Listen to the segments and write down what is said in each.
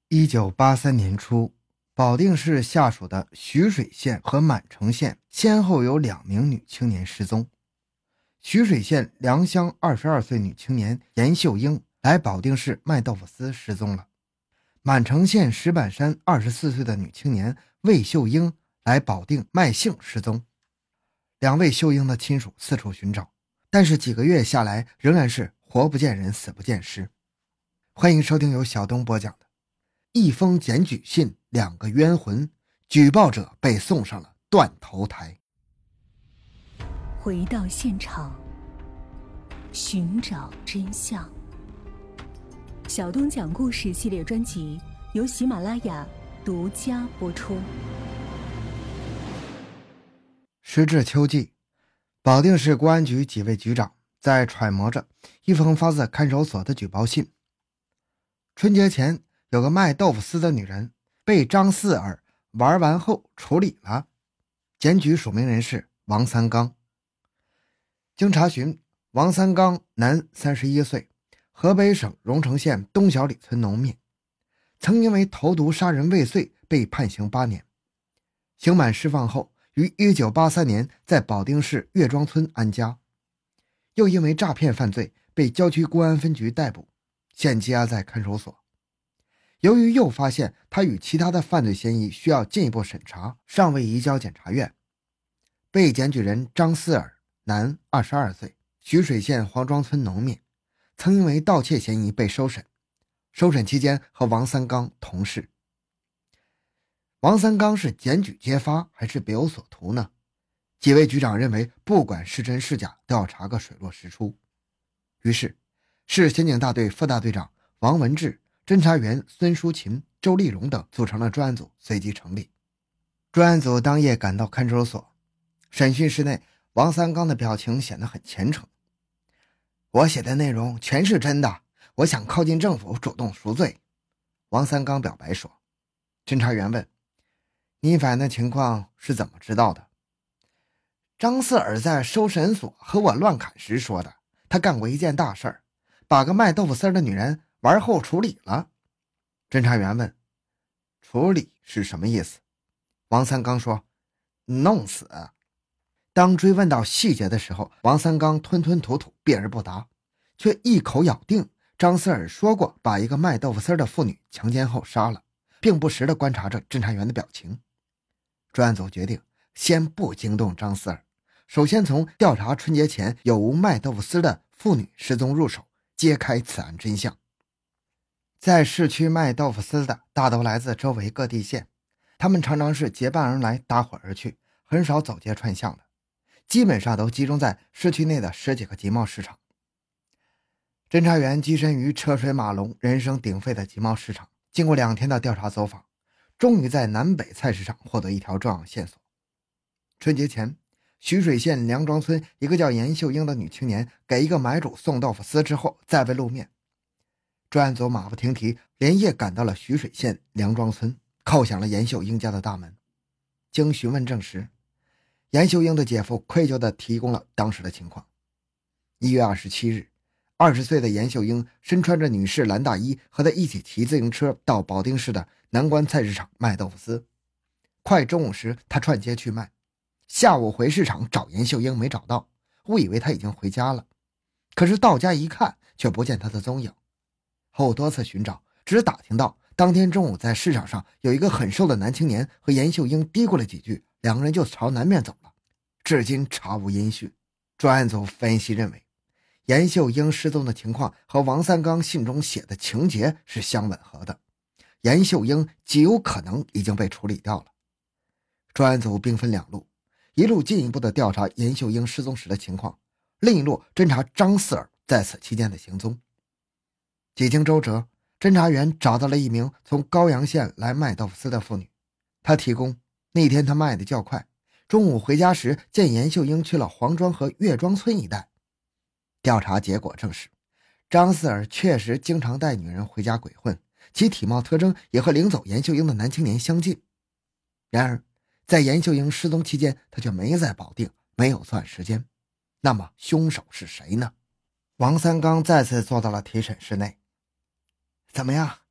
1983年初，保定市下属的徐水县和满城县先后有2名女青年失踪。徐水县良乡22岁女青年严秀英来保定市卖豆腐丝失踪了。满城县石板山24岁的女青年魏秀英来保定卖杏失踪。2位秀英的亲属四处寻找，但是几个月下来仍然是活不见人，死不见尸。欢迎收听由小东播讲的一封检举信，2个冤魂，举报者被送上了断头台。 回到现场，寻找真相。小东讲故事系列专辑由喜马拉雅独家播出。 时至秋季，保定市公安局几位局长在揣摩着一封发自看守所的举报信。春节前有个卖豆腐丝的女人被张四儿玩完后处理了，检举署名人是王三刚。经查询，王三刚男31岁，河北省荣成县东小里村农民，曾因为投毒杀人未遂被判刑8年，刑满释放后于1983年在保定市岳庄村安家，又因为诈骗犯罪被郊区公安分局逮捕，现羁押在看守所。由于又发现他与其他的犯罪嫌疑需要进一步审查，尚未移交检察院。被检举人张四儿，男22岁，徐水县黄庄村农民，曾因为盗窃嫌疑被收审，收审期间和王三刚同事。王三刚是检举揭发还是别有所图呢？几位局长认为不管是真是假都要查个水落石出。于是市刑警大队副大队长王文志、侦查员孙淑琴、周丽蓉等组成了专案组，随即成立。专案组当夜赶到看守所，审讯室内，王三刚的表情显得很虔诚。我写的内容全是真的，我想靠近政府，主动赎罪。王三刚表白说。侦查员问，你反映的情况是怎么知道的？张四儿在收审所和我乱侃时说的，他干过一件大事儿，把个卖豆腐丝的女人玩后处理了。侦查员问，处理是什么意思？王三刚说，弄死。当追问到细节的时候，王三刚吞吞吐吐，避而不答，却一口咬定张四儿说过把一个卖豆腐丝的妇女强奸后杀了，并不时地观察着侦查员的表情。专案组决定先不惊动张四儿，首先从调查春节前有无卖豆腐丝的妇女失踪入手，揭开此案真相。在市区卖豆腐丝的大都来自周围各地县，他们常常是结伴而来，搭伙而去，很少走街串巷的，基本上都集中在市区内的10几个集贸市场。侦查员跻身于车水马龙、人声鼎沸的集贸市场，经过2天的调查走访，终于在南北菜市场获得一条重要线索。春节前，徐水县梁庄村一个叫严秀英的女青年给一个买主送豆腐丝之后再未露面。专案组马不停蹄，连夜赶到了徐水县梁庄村，叩响了严秀英家的大门。经询问证实，严秀英的姐夫愧疚地提供了当时的情况。1月27日，20岁的严秀英身穿着女士蓝大衣，和他一起骑自行车到保定市的南关菜市场卖豆腐丝。快中午时，他串街去卖，下午回市场找严秀英没找到，误以为他已经回家了，可是到家一看却不见他的踪影。后多次寻找，只打听到当天中午在市场上有一个很瘦的男青年和严秀英嘀咕了几句，2个人就朝南面走了，至今查无音讯。专案组分析认为，严秀英失踪的情况和王三刚信中写的情节是相吻合的，严秀英极有可能已经被处理掉了。专案组兵分2路，一路进一步的调查严秀英失踪时的情况，另一路侦查张四儿在此期间的行踪。几经周折，侦查员找到了一名从高阳县来卖豆腐丝的妇女，她提供那天她卖的较快，中午回家时见严秀英去了黄庄和岳庄村一带。调查结果证实，张四儿确实经常带女人回家鬼混，其体貌特征也和领走严秀英的男青年相近。然而在严秀英失踪期间，他却没在保定，没有作案时间。那么凶手是谁呢？王三刚再次坐到了提审室内。怎么样，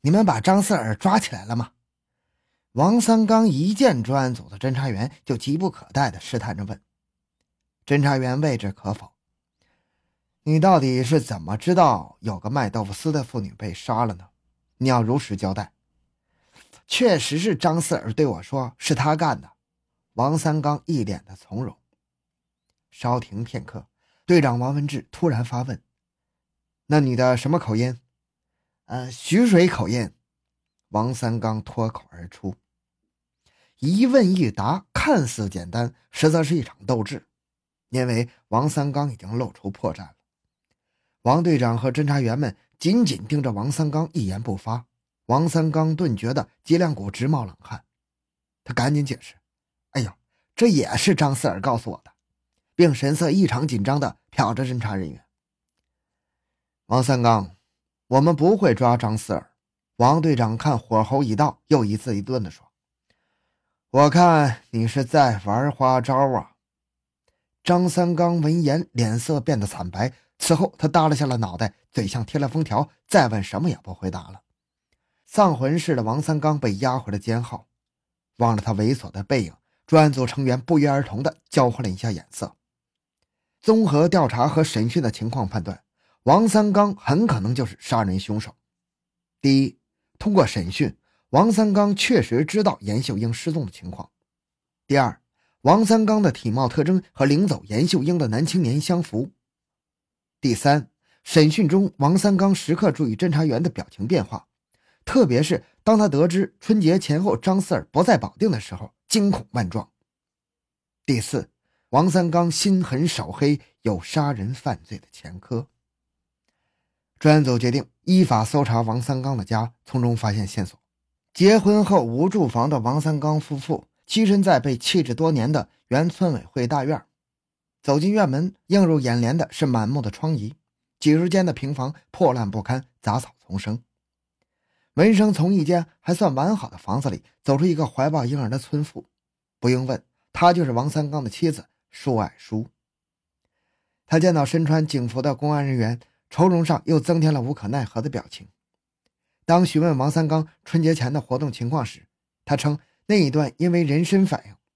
你们把张四儿抓起来了吗？王三刚一见专案组的侦查员就急不可待地试探着问。侦查员未置可否。你到底是怎么知道有个卖豆腐丝的妇女被杀了呢？你要如实交代。确实是张四儿对我说是他干的。王三刚一脸的从容。稍停片刻，队长王文志突然发问：那女的什么口音？徐水口音。王三刚脱口而出。一问一答看似简单，实则是一场斗智，因为王三刚已经露出破绽了。王队长和侦查员们紧紧盯着王三刚，一言不发。王三刚顿觉得脊梁骨直冒冷汗，他赶紧解释：哎呦，这也是张四儿告诉我的，并神色异常紧张地瞟着侦查人员。王三刚，我们不会抓张四儿。王队长看火候已到，又一字一顿地说：我看你是在玩花招啊。张三刚闻言脸色变得惨白，此后他耷拉下了脑袋，嘴像贴了封条，再问什么也不回答了。丧魂似的王三刚被押回了监号。望着他猥琐的背影，专案组成员不约而同地交换了一下眼色。综合调查和审讯的情况判断，王三刚很可能就是杀人凶手。第一，通过审讯，王三刚确实知道严秀英失踪的情况。第二，王三刚的体貌特征和领走严秀英的男青年相符。第三，审讯中王三刚时刻注意侦查员的表情变化，特别是当他得知春节前后张四儿不在保定的时候，惊恐万状。第四，王三刚心狠手黑，有杀人犯罪的前科。专案组决定依法搜查王三刚的家，从中发现线索。结婚后无住房的王三刚夫妇栖身在被弃置多年的原村委会大院。走进院门，映入眼帘的是满目的疮痍，几十间的平房破烂不堪，杂草丛生。闻声从一间还算完好的房子里走出一个怀抱婴儿的村妇，不用问，她就是王三刚的妻子舒爱淑。他见到身穿警服的公安人员，愁容上又增添了无可奈何的表情。当询问王三刚春节前的活动情况时，他称那一段因为妊娠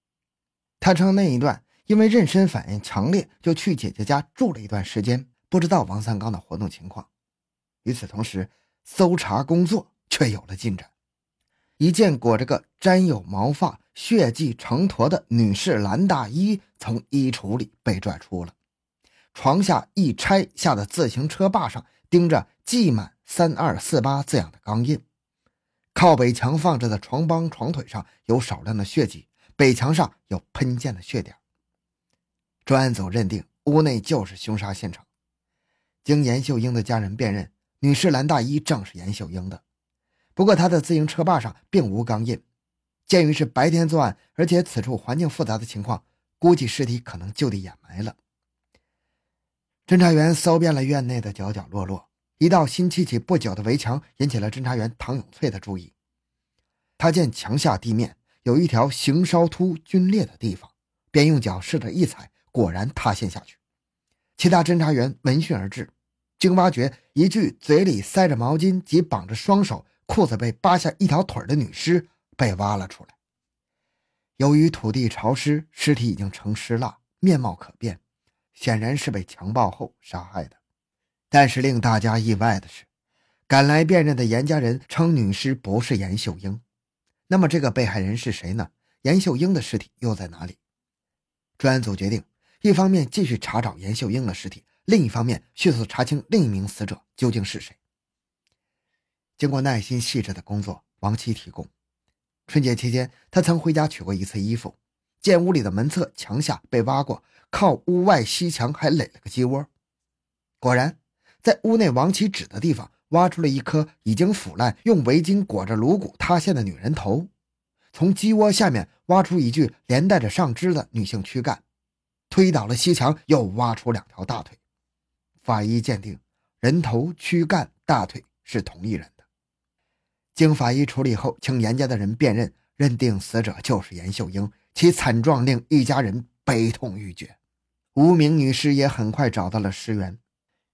反应强烈，就去姐姐家住了一段时间，不知道王三刚的活动情况。与此同时，搜查工作却有了进展。一件裹着个沾有毛发、血迹成坨的女士蓝大衣从衣橱里被拽出了。床下一拆下的自行车把上钉着记满3248字样的钢印。靠北墙放着的床帮床腿上有少量的血迹，北墙上有喷溅的血点。专案组认定屋内就是凶杀现场。经严秀英的家人辨认，女士蓝大衣正是严秀英的，不过她的自行车把上并无钢印。鉴于是白天作案，而且此处环境复杂的情况，估计尸体可能就地掩埋了。侦查员搜遍了院内的角角落落，一道新砌起不久的围墙引起了侦查员唐永翠的注意。他见墙下地面有一条形稍凸皲裂的地方，便用脚试着一踩，果然塌陷下去。其他侦查员闻讯而至，经挖掘，一具嘴里塞着毛巾及绑着双手、裤子被扒下一条腿的女尸被挖了出来。由于土地潮湿，尸体已经成尸蜡，面貌可辨，显然是被强暴后杀害的。但是令大家意外的是，赶来辨认的严家人称女尸不是严秀英。那么这个被害人是谁呢？严秀英的尸体又在哪里？专案组决定，一方面继续查找严秀英的尸体，另一方面迅速查清另一名死者究竟是谁。经过耐心细致的工作，王七提供，春节期间他曾回家取过一次衣服，见屋里的门侧墙下被挖过，靠屋外西墙还垒了个鸡窝。果然在屋内王七指的地方挖出了一颗已经腐烂、用围巾裹着颅骨塌陷的女人头，从鸡窝下面挖出一具连带着上肢的女性躯干，推倒了西墙，又挖出2条大腿。法医鉴定，人头、躯干、大腿是同一人的。经法医处理后，请严家的人辨认，认定死者就是严秀英，其惨状令一家人悲痛欲绝。无名女尸也很快找到了尸源。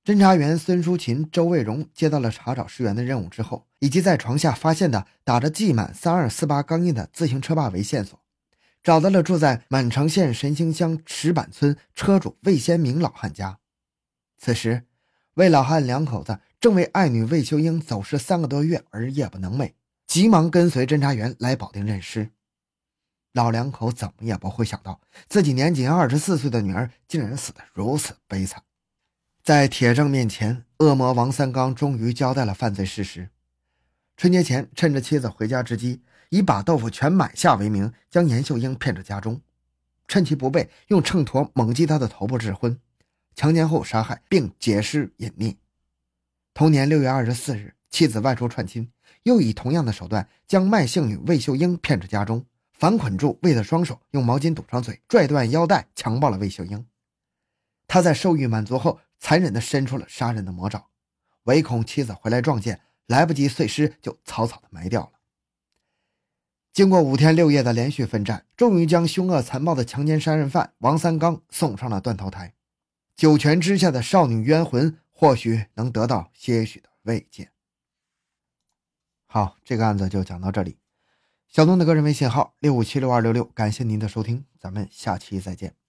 侦查员孙淑琴、周卫荣接到了查找尸源的任务之后，以及在床下发现的打着记满3248钢印的自行车把为线索，找到了住在满城县神兴乡石板村车主魏先明老汉家。此时魏老汉两口子正为爱女魏秀英走失3个多月而夜不能寐，急忙跟随侦查员来保定认尸。老两口怎么也不会想到，自己年仅24岁的女儿竟然死得如此悲惨。在铁证面前，恶魔王三刚终于交代了犯罪事实。春节前趁着妻子回家之机，以把豆腐全买下为名，将严秀英骗至家中，趁其不备，用秤砣猛击她的头部致昏，强奸后杀害并解尸隐匿。同年6月24日，妻子外出串亲，又以同样的手段将麦姓女魏秀英骗至家中，反捆住魏的双手，用毛巾堵上嘴，拽断腰带，强暴了魏秀英。他在受欲满足后，残忍地伸出了杀人的魔爪，唯恐妻子回来撞见，来不及碎尸，就草草地埋掉了。经过5天6夜的连续奋战，终于将凶恶残暴的强奸杀人犯王三刚送上了断头台。九泉之下的少女冤魂或许能得到些许的慰藉。好，这个案子就讲到这里。小东的个人微信号65762266，感谢您的收听，咱们下期再见。